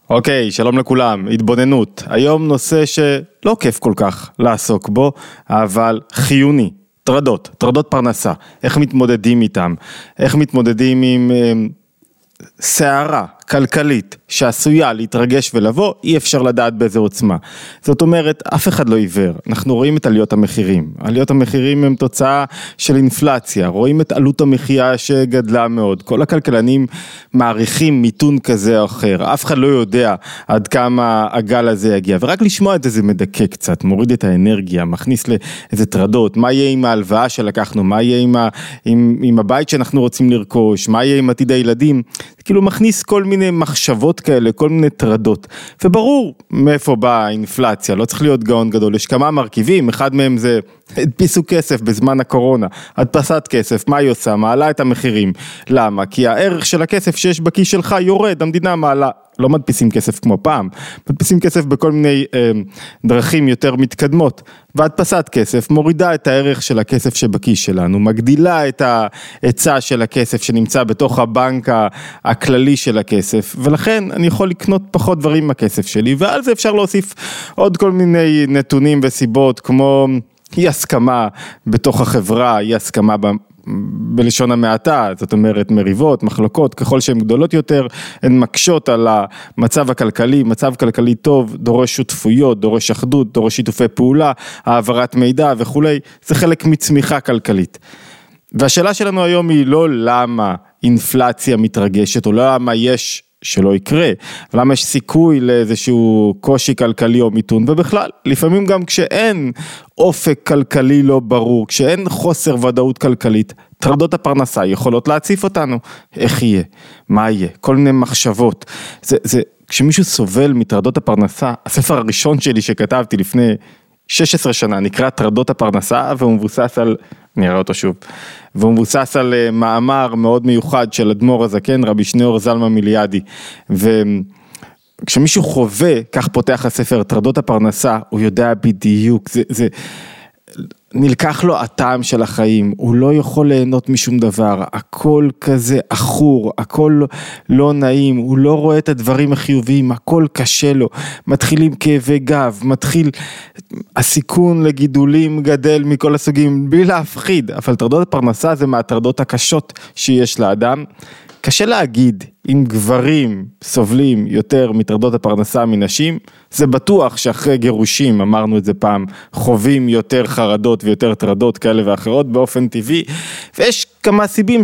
אוקיי, שלום לכולם, התבוננות. היום נושא שלא כיף כל כך לעסוק בו, אבל חיוני. טרדות פרנסה. איך מתמודדים איתם? איך מתמודדים עם סערה כלכלית שעשויה להתרגש ולבוא, אי אפשר לדעת באיזה עוצמה. זאת אומרת, אף אחד לא עיוור. אנחנו רואים את עליות המחירים. עליות המחירים הם תוצאה של אינפלציה. רואים את עלות המחיה שגדלה מאוד. כל הכלכלנים מעריכים מיתון כזה או אחר. אף אחד לא יודע עד כמה הגל הזה יגיע. ורק לשמוע את זה מדכא קצת, מוריד את האנרגיה, מכניס לאיזה טרדות. מה יהיה עם ההלוואה שלקחנו? מה יהיה עם הבית שאנחנו רוצים לרכוש? מה יהיה עם עתיד הילדים? כאילו מכניס כל מיני מחשבות כאלה, כל מיני טרדות. וברור מאיפה באה האינפלציה, לא צריך להיות גאון גדול. יש כמה מרכיבים, אחד מהם זה הדפיסו כסף בזמן הקורונה, הדפסת כסף, מה היא עושה? מעלה את המחירים. למה? כי הערך של הכסף שיש בכיס שלך יורד, המדינה מעלה. לא מדפיסים כסף כמו פעם, מדפיסים כסף בכל מיני דרכים יותר מתקדמות, והדפסת כסף מורידה את הערך של הכסף שבכיס שלנו, מגדילה את ההיצע של הכסף שנמצא בתוך הבנק הכללי של הכסף, ולכן אני יכול לקנות פחות דברים מהכסף שלי, ועל זה אפשר להוסיף עוד כל מיני נתונים וסיבות, כמו אי הסכמה בתוך החברה, אי הסכמה בלשון המעטה, זאת אומרת מריבות, מחלוקות, ככל שהן גדולות יותר, הן מקשות על המצב הכלכלי, מצב כלכלי טוב, דורש שותפויות, דורש אחדות, דורש שיתופי פעולה, העברת מידע וכו', זה חלק מצמיחה כלכלית. והשאלה שלנו היום היא לא למה אינפלציה מתרגשת, או לא למה יש שלא יקרה, ולמה יש סיכוי לאיזשהו קושי כלכלי או מיתון, ובכלל, לפעמים גם כשאין אופק כלכלי לא ברור, כשאין חוסר ודאות כלכלית, טרדות הפרנסה יכולות להציף אותנו. איך יהיה? מה יהיה? כל מיני מחשבות. כשמישהו סובל מטרדות הפרנסה, הספר הראשון שלי שכתבתי לפני 16 שנה, נקרא טרדות הפרנסה, והוא מבוסס על, נראה אותו שוב, והוא מבוסס על מאמר מאוד מיוחד של אדמו"ר הזקן, רבי שניאור זלמן מיליאדי, וכשמישהו חווה, כך פותח הספר, טרדות הפרנסה, הוא יודע בדיוק, זה נלקח לו הטעם של החיים, הוא לא יכול ליהנות משום דבר, הכל כזה אחור, הכל לא נעים, הוא לא רואה את הדברים החיוביים, הכל קשה לו, מתחילים כאבי גב, מתחיל הסיכון לגידולים גדל מכל הסוגים, בלי להפחיד, אבל טרדות הפרנסה זה מהטרדות הקשות שיש לאדם, קשה להגיד אם גברים סובלים יותר מטרדות הפרנסה מנשים, זה בטוח שאחרי גירושים, אמרנו את זה פעם, חווים יותר חרדות ויותר טרדות כאלה ואחרות באופן טבעי, ויש כמה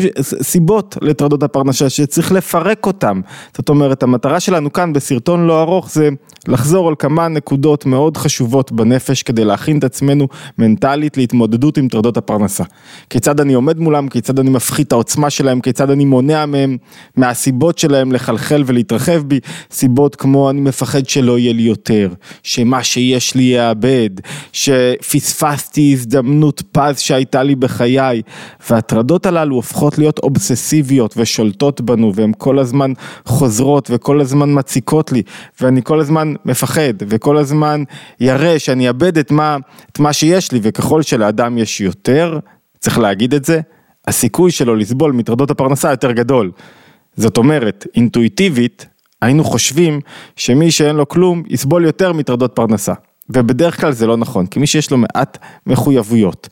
סיבות לטרדות הפרנסה שצריך לפרק אותם. זאת אומרת, המטרה שלנו כאן בסרטון לא ארוך זה לחזור על כמה נקודות מאוד חשובות בנפש כדי להכין את עצמנו מנטלית להתמודדות עם טרדות הפרנסה. כיצד אני עומד מולם, כיצד אני מפחית את העוצמה שלהם, כיצד אני מונע מהם מהסיבות שלהם לחלחל ולהתרחב בי, סיבות כמו אני מפחד שלא יהיה לי יותר, שמה שיש לי יאבד, שפספסתי הזדמנות פז שהייתה לי בחיי, והטרדות הללו הופכות להיות אובססיביות ושולטות בנו, והן כל הזמן חוזרות וכל הזמן מציקות לי, ואני כל הזמן מפחד, וכל הזמן יראה שאני אאבד את מה שיש לי, וככל שלאדם יש יותר, צריך להגיד את זה, הסיכוי שלו לסבול מטרדות הפרנסה יותר גדול. זאת אומרת, אינטואיטיבית, היינו חושבים שמי שאין לו כלום יסבול יותר מטרדות פרנסה. ובדרך כלל זה לא נכון, כי מי שיש לו מעט מחויבויות,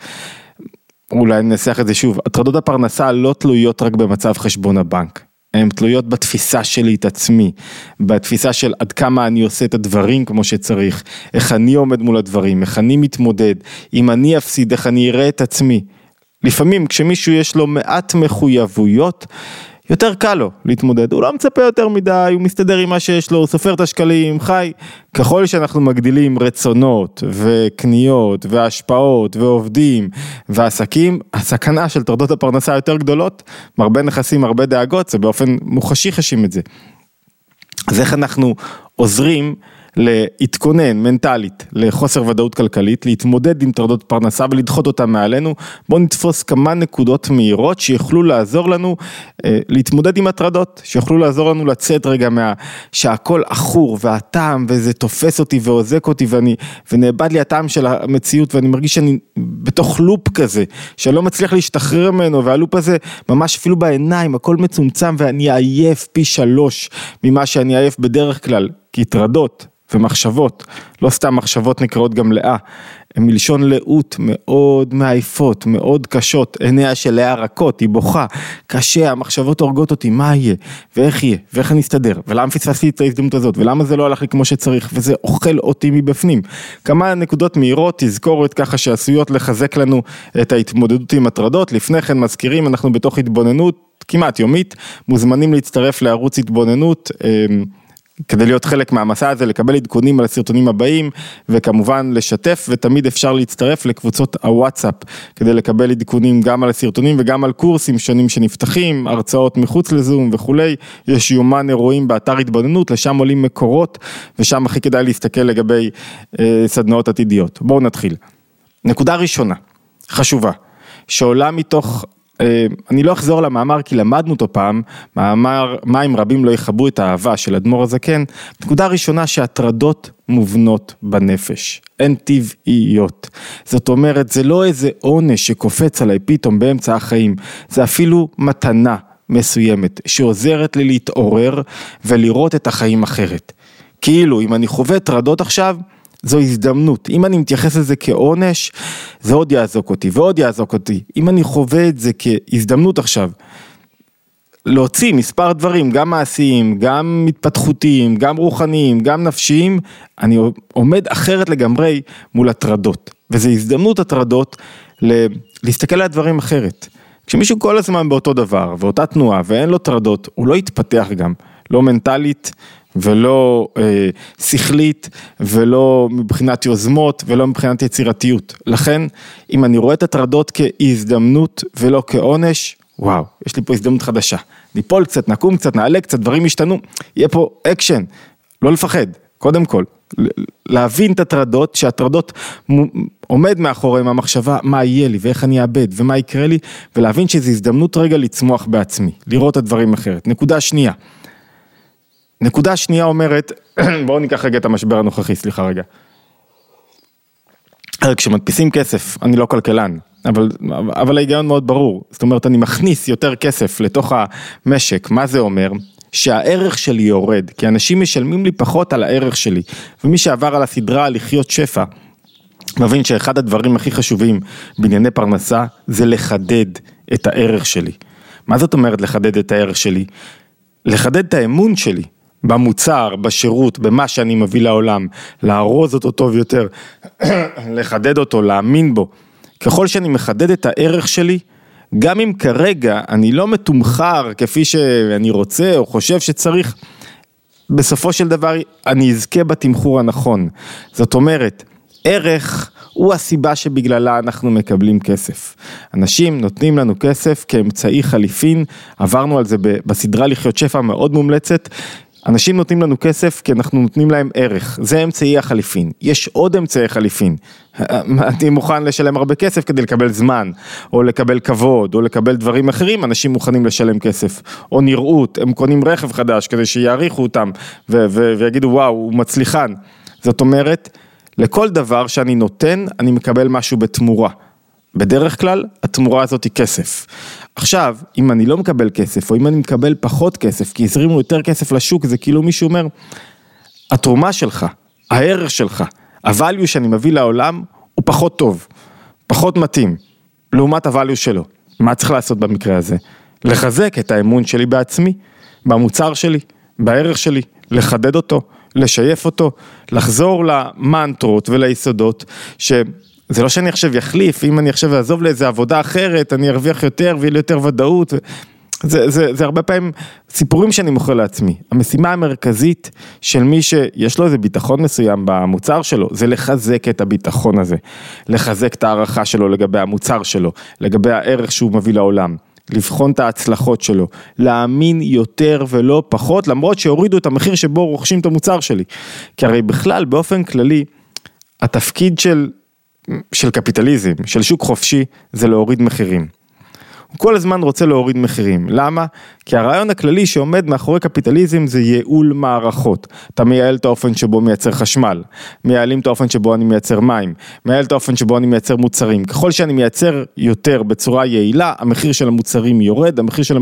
אולי ננסח את זה שוב, הטרדות הפרנסה לא תלויות רק במצב חשבון הבנק. הן תלויות בתפיסה שלי את עצמי, בתפיסה של עד כמה אני עושה את הדברים כמו שצריך, איך אני עומד מול הדברים, איך אני מתמודד, אם אני אפסיד, איך אני אראה את עצמי. לפעמים כשמישהו יש לו מעט מחויבויות, יותר קל לו להתמודד, הוא לא מצפה יותר מדי, הוא מסתדר עם מה שיש לו, הוא סופר את השקלים, חי. ככל שאנחנו מגדילים רצונות וקניות והשפעות ועובדים ועסקים, הסכנה של טרדות הפרנסה יותר גדולות, מרבה נכסים, הרבה דאגות, זה באופן מוחשי חשים את זה. אז איך אנחנו עוזרים להתכונן מנטלית, לחוסר ודאות כלכלית, להתמודד עם טרדות פרנסה ולדחות אותה מעלינו? בואו נתפוס כמה נקודות מהירות שיוכלו לעזור לנו להתמודד עם הטרדות, שיוכלו לעזור לנו לצאת רגע שהכל אחור והטעם וזה תופס אותי ועוזק אותי ונאבד לי הטעם של המציאות ואני מרגיש שאני בתוך לופ כזה, שאני לא מצליח להשתחרר ממנו, והלופ הזה ממש אפילו בעיניים, הכל מצומצם ואני עייף פי 3 ממה שאני עייף בדרך כלל. כי טרדות ומחשבות, לא סתם מחשבות נקראות גם לאה, הן מלשון לאות מאוד מעייפות, מאוד קשות, עיניה של לאה רכות, היא בוכה, קשה, המחשבות הורגות אותי, מה יהיה, ואיך יהיה, ואיך אני אסתדר, ולמה פספסתי את ההזדמנות הזאת, ולמה זה לא הלך לי כמו שצריך, וזה אוכל אותי מבפנים. כמה נקודות מהירות, תזכורת ככה שעשויות לחזק לנו את ההתמודדות עם הטרדות, לפני כן מזכירים, אנחנו בתוך התבוננות, כמעט יומית, מוזמנים להצטרף לערוץ התבוננות, כדי להיות חלק מהמסע הזה, לקבל עדכונים על הסרטונים הבאים, וכמובן לשתף, ותמיד אפשר להצטרף לקבוצות הוואטסאפ, כדי לקבל עדכונים גם על הסרטונים, וגם על קורסים שונים שנפתחים, הרצאות מחוץ לזום וכולי, יש יומן אירועים באתר התבוננות, לשם עולים מקורות, ושם הכי כדאי להסתכל לגבי סדנאות עתידיות. בואו נתחיל. נקודה ראשונה, חשובה, שעולה מתוך אני לא אחזור למאמר כי למדנו אותו פעם, מאמר מים רבים לא יחבו את האהבה של אדמו"ר הזקן, נקודה ראשונה שהטרדות מובנות בנפש, הן טבעיות, זאת אומרת זה לא איזה עונש שקופץ עליי פתאום באמצע החיים, זה אפילו מתנה מסוימת שעוזרת לי להתעורר ולראות את החיים אחרת, כאילו אם אני חווה טרדות עכשיו, זו הזדמנות, אם אני מתייחס לזה כעונש, זה עוד יעזוק אותי ועוד יעזוק אותי, אם אני חווה את זה כהזדמנות עכשיו, להוציא מספר דברים, גם מעשיים, גם מתפתחותיים, גם רוחניים, גם נפשיים, אני עומד אחרת לגמרי מול הטרדות, וזו הזדמנות הטרדות להסתכל על הדברים אחרת, כשמישהו כל הזמן באותו דבר, ואותה תנועה, ואין לו טרדות, הוא לא יתפתח גם, לא מנטלית, ולא שכלית, ולא מבחינת יוזמות, ולא מבחינת יצירתיות. לכן, אם אני רואה את הטרדות כהזדמנות ולא כעונש, וואו, יש לי פה הזדמנות חדשה. ניפול קצת, נקום קצת, נעלה קצת, דברים ישתנו, יהיה פה אקשן, לא לפחד, קודם כל, להבין את הטרדות, שהטרדות עומד מאחורי המחשבה, מה יהיה לי, ואיך אני אאבד, ומה יקרה לי, ולהבין שזו הזדמנות רגע לצמוח בעצמי, לראות את הדברים אחרת. נקודה שנייה אומרת, בואו ניקח רגע את המשבר הנוכחי, סליחה רגע. כשמדפיסים כסף, אני לא כלכלן, אבל ההיגיון מאוד ברור. זאת אומרת, אני מכניס יותר כסף לתוך המשק. מה זה אומר? שהערך שלי יורד, כי אנשים משלמים לי פחות על הערך שלי. ומי שעבר על הסדרה לחיות שפע, מבין שאחד הדברים הכי חשובים בענייני פרנסה, זה לחדד את הערך שלי. מה זאת אומרת לחדד את הערך שלי? לחדד את האמון שלי. במוצר, בשירות, במה שאני מביא לעולם, לארוז אותו טוב יותר, לחדד אותו, להאמין בו. ככל שאני מחדד את הערך שלי, גם אם כרגע אני לא מתומחר כפי שאני רוצה או חושב שצריך, בסופו של דבר אני אזכה בתמחור הנכון. זאת אומרת, ערך הוא הסיבה שבגללה אנחנו מקבלים כסף. אנשים נותנים לנו כסף כאמצעי חליפין, עברנו על זה בסדרה לחיות שפע מאוד מומלצת, אנשים נותנים לנו כסף כי אנחנו נותנים להם ערך, זה אמצעי החליפין, יש עוד אמצעי חליפין, אני מוכן לשלם הרבה כסף כדי לקבל זמן, או לקבל כבוד, או לקבל דברים אחרים, אנשים מוכנים לשלם כסף, או נראות, הם קונים רכב חדש כדי שיעריכו אותם, ויגידו וואו, הוא מצליחן, זאת אומרת, לכל דבר שאני נותן, אני מקבל משהו בתמורה, בדרך כלל, התמורה הזאת היא כסף. עכשיו, אם אני לא מקבל כסף, או אם אני מקבל פחות כסף, כי הזרימו יותר כסף לשוק, זה כאילו מישהו אומר, התרומה שלך, הערך שלך, הvalue שאני מביא לעולם, הוא פחות טוב, פחות מתאים, לעומת הvalue שלו. מה צריך לעשות במקרה הזה? לחזק את האמון שלי בעצמי, במוצר שלי, בערך שלי, לחדד אותו, לשייף אותו, לחזור למנטרות וליסודות, זה לא שאני עכשיו יחליף, אם אני עכשיו אעזוב לאיזו עבודה אחרת, אני ארוויח יותר ויהיה לי יותר ודאות, זה הרבה פעמים סיפורים שאני מוכר לעצמי. המשימה המרכזית של מי שיש לו איזה ביטחון מסוים במוצר שלו, זה לחזק את הביטחון הזה, לחזק את הערכה שלו לגבי המוצר שלו, לגבי הערך שהוא מביא לעולם, לבחון את ההצלחות שלו, להאמין יותר ולא פחות, למרות שהורידו את המחיר שבו רוכשים את המוצר שלי. כי הרי בכלל, באופן כללי, התפקיד של קפיטליזם, של שוק חופשי, זה להוריד מחירים. הוא כל הזמן רוצה להוריד מחירים. למה? כי הרעיון הכללי שעומד מאחורי קפיטליזם זה ייעול מערכות. אתה מייעל את האופן שבו מייצר חשמל, מייעלים את האופן שבו אני מייצר מים, מייעל את האופן שבו אני מייצר מוצרים. ככל שאני מייצר יותר בצורה יעילה, המחיר של המוצרים יורד,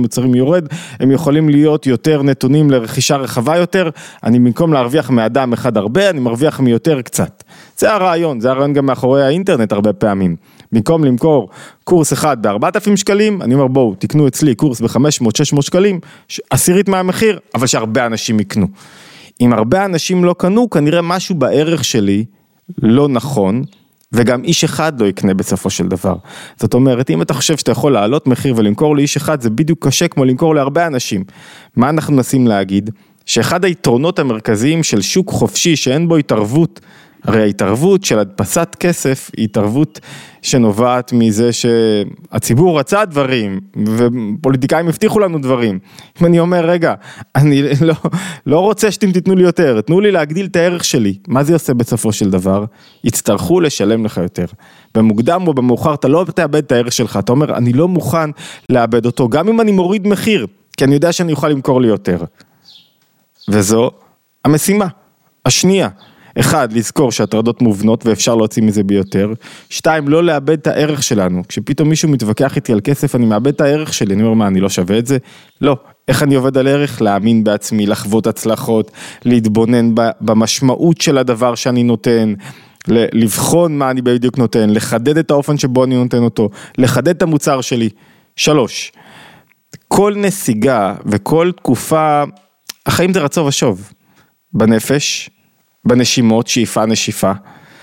הם יכולים להיות יותר נתונים לרכישה רחבה יותר, אני במקום להרוויח מאדם אחד הרבה, אני מרוויח מיותר קצת. זה הרעיון גם מאחורי האינטרנט הרבה פעמים. במקום למכור קורס אחד ב4,000 שקלים, אני אומר בואו, תקנו אצלי קורס ב500-600 שקלים, 10% מהמחיר, אבל שהרבה אנשים יקנו. אם הרבה אנשים לא קנו, כנראה משהו בערך שלי לא נכון, וגם איש אחד לא יקנה בסופו של דבר. זאת אומרת, אם אתה חושב שאתה יכול לעלות מחיר ולמכור לאיש אחד, זה בדיוק קשה כמו למכור להרבה אנשים. מה אנחנו מנסים להגיד? שאחד היתרונות המרכזיים של שוק חופשי שאין בו התערבות, הרי ההתערבות של הדפסת כסף היא התערבות שנובעת מזה שהציבור רצה דברים ופוליטיקאים הבטיחו לנו דברים. אם אני אומר רגע, אני לא רוצה שאתם תיתנו לי יותר, תנו לי להגדיל את הערך שלי. מה זה עושה בסופו של דבר? יצטרכו לשלם לך יותר. במוקדם או במאוחר אתה לא תאבד את הערך שלך, אתה אומר אני לא מוכן לאבד אותו, גם אם אני מוריד מחיר, כי אני יודע שאני אוכל למכור לי יותר. וזו המשימה השנייה. 1, לזכור שהטרדות מובנות ואפשר להוציא מזה ביותר. 2, לא לאבד את הערך שלנו. כשפתאום מישהו מתווכח איתי על כסף, אני מאבד את הערך שלי. אני אומר, מה, אני לא שווה את זה? לא. איך אני עובד על ערך? להאמין בעצמי, לחוות הצלחות, להתבונן במשמעות של הדבר שאני נותן, לבחון מה אני בדיוק נותן, לחדד את האופן שבו אני נותן אותו, לחדד את המוצר שלי. 3, כל נסיגה וכל תקופה, החיים זה רצו ושוב. בנפש, בנשימות, שאיפה נשיפה,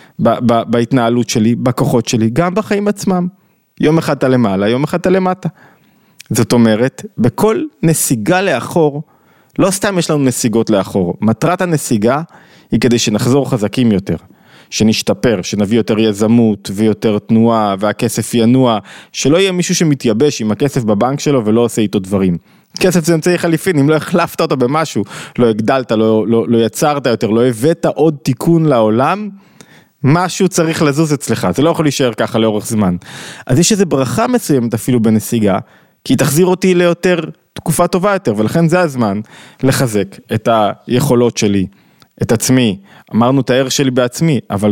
בהתנהלות שלי, בכוחות שלי, גם בחיים עצמם. יום אחד אתה למעלה, יום אחד אתה למטה. זאת אומרת, בכל נסיגה לאחור, לא סתם יש לנו נסיגות לאחור. מטרת הנסיגה היא כדי שנחזור חזקים יותר, שנשתפר, שנביא יותר יזמות ויותר תנועה, והכסף ינוע, שלא יהיה מישהו שמתייבש עם הכסף בבנק שלו ולא עושה איתו דברים. כסף זה אמצעי חליפין, אם לא החלפת אותו במשהו, לא הגדלת, לא יצרת יותר, לא הבאת עוד תיקון לעולם, משהו צריך לזוז אצלך, זה לא יכול להישאר ככה לאורך זמן. אז יש איזו ברכה מסוימת אפילו בנסיגה, כי היא תחזיר אותי ליותר תקופה טובה יותר, ולכן זה הזמן לחזק את היכולות שלי, את עצמי, אמרנו את הערך שלי בעצמי, אבל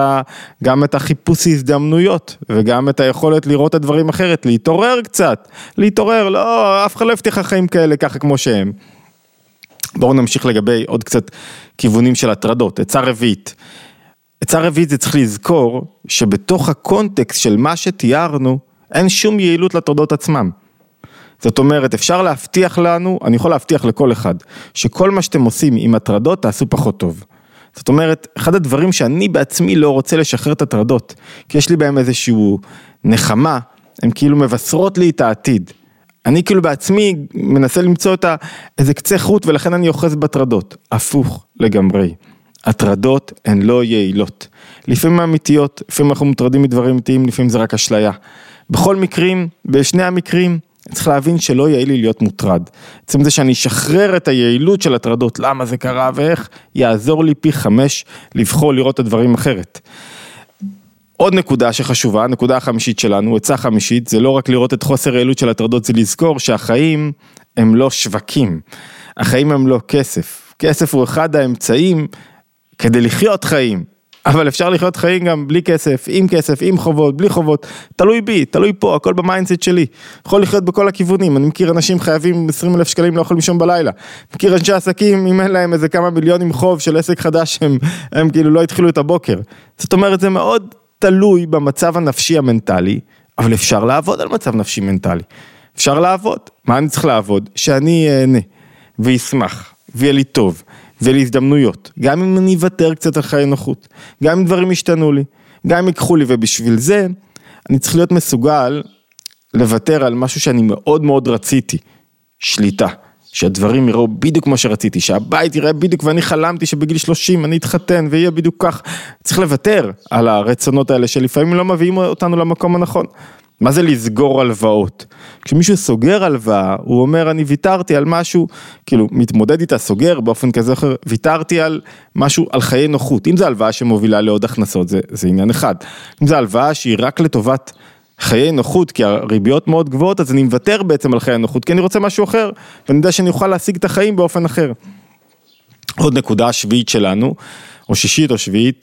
גם את החיפוש הזדמנויות, וגם את היכולת לראות את הדברים אחרת, להתעורר קצת, להתעורר, לא, אף אחד לא הבטיח חיים כאלה, ככה כמו שהם. בואו נמשיך לגבי עוד קצת כיוונים של הטרדות, עצה רביעית. עצה רביעית זה צריך לזכור, שבתוך הקונטקסט של מה שתיארנו, אין שום יעילות לטרדות עצמם. זאת אומרת, אפשר להבטיח לנו, אני יכול להבטיח לכל אחד, שכל מה שאתם עושים עם הטרדות, תעשו פחות טוב. זאת אומרת, אחד הדברים שאני בעצמי לא רוצה לשחרר את הטרדות, כי יש לי בהם איזשהו נחמה, הם כאילו מבשרות לי את העתיד. אני כאילו בעצמי מנסה למצוא איזה קצה חוט, ולכן אני אוחז בטרדות. הפוך לגמרי. הטרדות הן לא יעילות. לפעמים אמיתיות, לפעמים אנחנו מוטרדים מדברים אמיתיים, לפעמים זה רק אשליה. בכל מקרים, בשני המקרים, צריך להבין שלא יעיל לי להיות מוטרד. בעצם זה שאני אשחרר את היעילות של הטרדות, למה זה קרה ואיך, יעזור לי פי 5 לבחור לראות את הדברים אחרת. עוד נקודה שחשובה, הנקודה החמישית שלנו, עצה חמישית, זה לא רק לראות את חוסר היעילות של הטרדות, זה לזכור שהחיים הם לא שווקים. החיים הם לא כסף. כסף הוא אחד האמצעים כדי לחיות חיים. אבל אפשר לחיות חיים גם בלי כסף, עם כסף, עם חובות, בלי חובות, תלוי בי, תלוי פה, הכל במיינדסט שלי, יכול לחיות בכל הכיוונים, אני מכיר אנשים חייבים 20,000 שקלים לא יכולים לישון בלילה, מכיר אנשי עסקים, אם אין להם איזה כמה מיליונים חוב של עסק חדש, הם כאילו לא התחילו את הבוקר, זאת אומרת זה מאוד תלוי במצב הנפשי המנטלי, אבל אפשר לעבוד על מצב נפשי מנטלי, אפשר לעבוד, מה אני צריך לעבוד? שאני אהנה וישמח ויהיה לי טוב, ולהזדמנויות, גם אם אני אוותר קצת על חיי נוחות, גם אם דברים ישתנו לי, גם אם ייקחו לי, ובשביל זה, אני צריך להיות מסוגל לוותר על משהו שאני מאוד מאוד רציתי, שליטה, שהדברים יראו בדיוק כמו שרציתי, שהבית יראה בדיוק, ואני חלמתי שבגיל 30 אני אתחתן, ויהיה בדיוק כך, צריך לוותר על הרצונות האלה, שלפעמים לא מביאים אותנו למקום הנכון. מה זה לסגור הלוואות? כשמישהו סוגר הלוואה, הוא אומר, אני ויתרתי על משהו, כאילו, מתמודד איתה, סוגר באופן כזה אחר, ויתרתי על משהו, על חיי נוחות. אם זה הלוואה שמובילה לעוד הכנסות, זה עניין אחד. אם זה הלוואה שהיא רק לטובת חיי נוחות, כי הריביות מאוד גבוהות, אז אני מוותר בעצם על חיי נוחות, כי אני רוצה משהו אחר, ואני יודע שאני אוכל להשיג את החיים באופן אחר. עוד נקודה שביעית שלנו, או שישית או שביעית,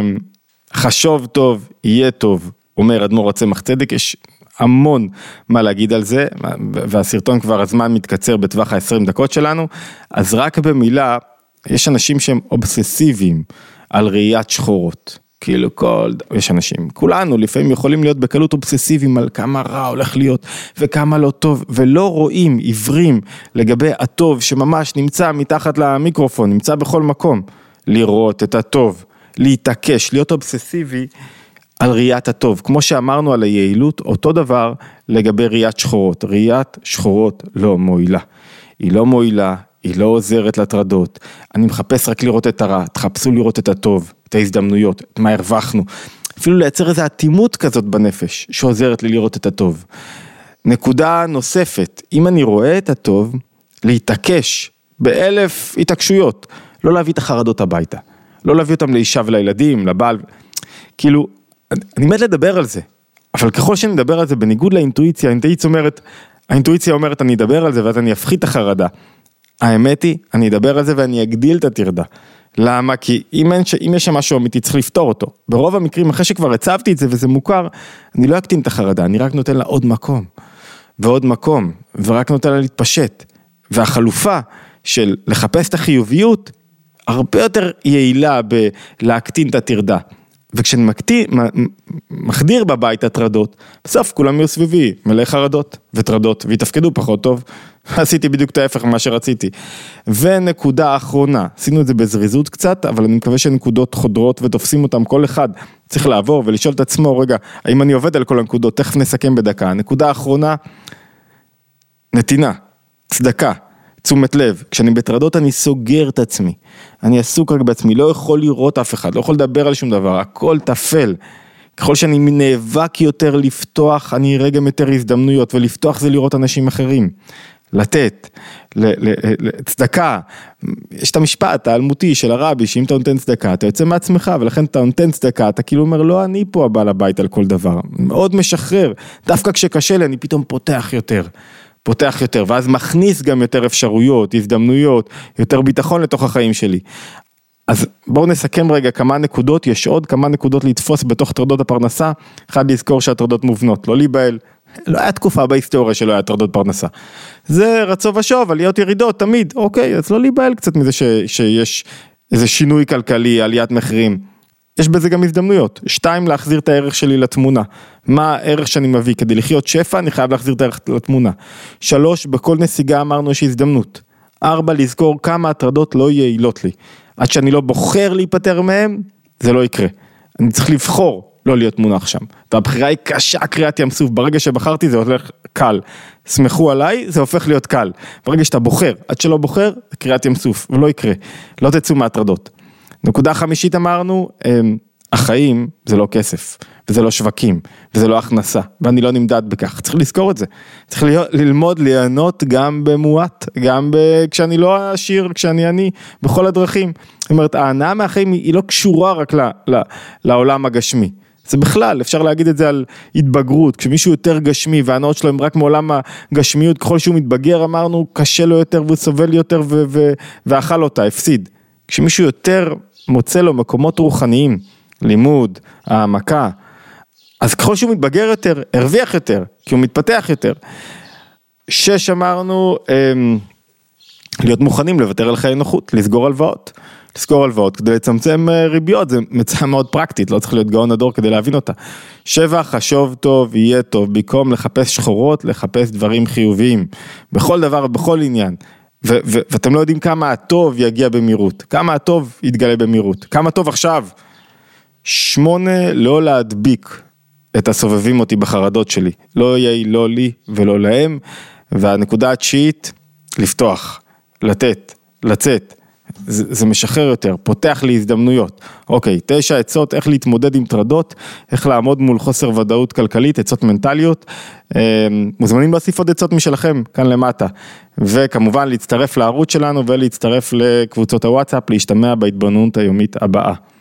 חשוב טוב, יהיה טוב, אומר אדמו"ר הצמח צדק, יש המון מה להגיד על זה, והסרטון כבר הזמן מתקצר בטווח ה-20 דקות שלנו, אז רק במילה, יש אנשים שהם אובססיביים על ראיית שחורות, כאילו יש אנשים, כולנו לפעמים יכולים להיות בקלות אובססיביים על כמה רע הולך להיות, וכמה לא טוב, ולא רואים עיוורים לגבי הטוב שממש נמצא מתחת למיקרופון, נמצא בכל מקום, לראות את הטוב, להתעקש, להיות אובססיבי על ראיית הטוב, כמו שאמרנו על היעילות, אותו דבר לגבי ראיית שחורות, ראיית שחורות לא מועילה, היא לא מועילה, היא לא עוזרת לטרדות, אני מחפש רק לראות את הרע, תחפשו לראות את הטוב, את ההזדמנויות, את מה הרווחנו, אפילו לייצר איזו אטימות כזאת בנפש, שעוזרת לי לראות את הטוב. נקודה נוספת, אם אני רואה את הטוב, להתעקש באלף התעקשויות, לא להביא את החרדות הביתה, לא להביא אותם לאישה ולילדים, לבעל, כאילו, אני מת לדבר על זה, אבל ככל שאני מדבר על זה בניגוד לאינטואיציה, האינטואיציה אומרת אני אדבר על זה ואז אני אפחית את החרדה. האמת היא, אני אדבר על זה ואני אגדיל את הטרדה. למה? כי אם יש שם משהו אמיתי, צריך לפתור אותו. ברוב המקרים, אחרי שכבר הצבתי את זה וזה מוכר, אני לא אקטין את החרדה, אני רק נותן לה עוד מקום, ועוד מקום, ורק נותן לה להתפשט. והחלופה של לחפש את החיוביות, הרבה יותר יעילה בלהקטין את הטרדה. וכשאני מחדיר בבית הטרדות, בסוף כולם יהיו סביבי, מלא חרדות וטרדות, ויתפקדו פחות טוב. עשיתי בדיוק את ההפך ממה שרציתי. ונקודה אחרונה, עשינו את זה בזריזות קצת, אבל אני מקווה שנקודות חודרות ותופסים אותם כל אחד. צריך לעבור ולשאול את עצמו, רגע, האם אני עובד על כל הנקודות? תכף נסכם בדקה. נקודה אחרונה, נתינה, צדקה. תשומת לב, כשאני בטרדות אני סוגר את עצמי, אני עסוק רק בעצמי, לא יכול לראות אף אחד, לא יכול לדבר על שום דבר, הכל תפל, ככל שאני נאבק יותר לפתוח, אני אראה גם יותר הזדמנויות, ולפתוח זה לראות אנשים אחרים, לתת, צדקה, יש את המשפט האלמותי של הרבי, שאם אתה נותן צדקה, אתה יוצא מעצמך, ולכן אתה נותן צדקה, אתה כאילו אומר, לא אני פה הבעל הבית על כל דבר, מאוד משחרר, דווקא כשקשה לי, אני פתאום פותח יותר, ואז מכניס גם יותר אפשרויות, הזדמנויות, יותר ביטחון לתוך החיים שלי. אז בואו נסכם רגע כמה נקודות, יש עוד כמה נקודות לתפוס בתוך טרדות הפרנסה, אחד לזכור שהטרדות מובנות, לא להיבהל, לא היה תקופה בהיסטוריה שלא היה טרדות פרנסה, זה רצו ושוב, עליות ירידות תמיד, אוקיי, אז לא להיבהל קצת מזה שיש איזה שינוי כלכלי, עליית מחירים, יש בזה גם הזדמנויות. 2, להחזיר את הערך שלי לתמונה. מה הערך שאני מביא? כדי לחיות שפע, אני חייב להחזיר את הערך לתמונה. 3, בכל נסיגה אמרנו יש הזדמנות. 4, לזכור כמה הטרדות לא יעילות לי. עד שאני לא בוחר להיפטר מהם, זה לא יקרה. אני צריך לבחור לא להיות מונח שם. והבחירה היא קשה, קריאת ים סוף. ברגע שבחרתי זה הולך קל. סמכו עליי, זה הופך להיות קל. ברגע שאתה בוחר, עד שלא בוחר, קריאת ים סוף. ולא יקרה. לא תצאו מהטרדות. נקודה 5 אמרנו, החיים זה לא כסף, וזה לא שווקים, וזה לא הכנסה, ואני לא נמדד בכך, צריך לזכור את זה, צריך ללמוד ליהנות גם במועט, גם כשאני לא עשיר, כשאני עני, בכל הדרכים, זאת אומרת, ההנאה מהחיים היא לא קשורה רק לעולם הגשמי, זה בכלל, אפשר להגיד את זה על התבגרות, כשמישהו יותר גשמי, וההנאות שלו הם רק מעולם הגשמיות, ככל שהוא מתבגר, אמרנו, קשה לו יותר, והוא סובל יותר, ואכל אותה, הפסיד, כשמישהו יותר מוצא לו מקומות רוחניים, לימוד, העמקה, אז ככל שהוא מתבגר יותר, הרוויח יותר, כי הוא מתפתח יותר. 6 אמרנו, להיות מוכנים לוותר על חיי נוחות, לסגור הלוואות, כדי לצמצם ריביות, זה מצאה מאוד פרקטית, לא צריך להיות גאון הדור כדי להבין אותה. 7, חשוב טוב, יהיה טוב, במקום לחפש שחורות, לחפש דברים חיוביים, בכל דבר, בכל עניין. ואתם לא יודעים כמה הטוב יגיע במהירות, כמה הטוב יתגלה במהירות, כמה טוב עכשיו. 8, לא להדביק את הסובבים אותי בחרדות שלי, לא יהיה לא לי ולא להם, והנקודה 9, לפתוח, לתת, לצאת, זה משחרר יותר, פותח לי הזדמנויות. אוקיי, 9 עצות, איך להתמודד עם טרדות, איך לעמוד מול חוסר ודאות כלכלית, עצות מנטליות, מוזמנים להוסיף עוד עצות משלכם, כאן למטה, וכמובן להצטרף לערוץ שלנו, ולהצטרף לקבוצות הוואטסאפ, להשתמע בהתבוננות היומית הבאה.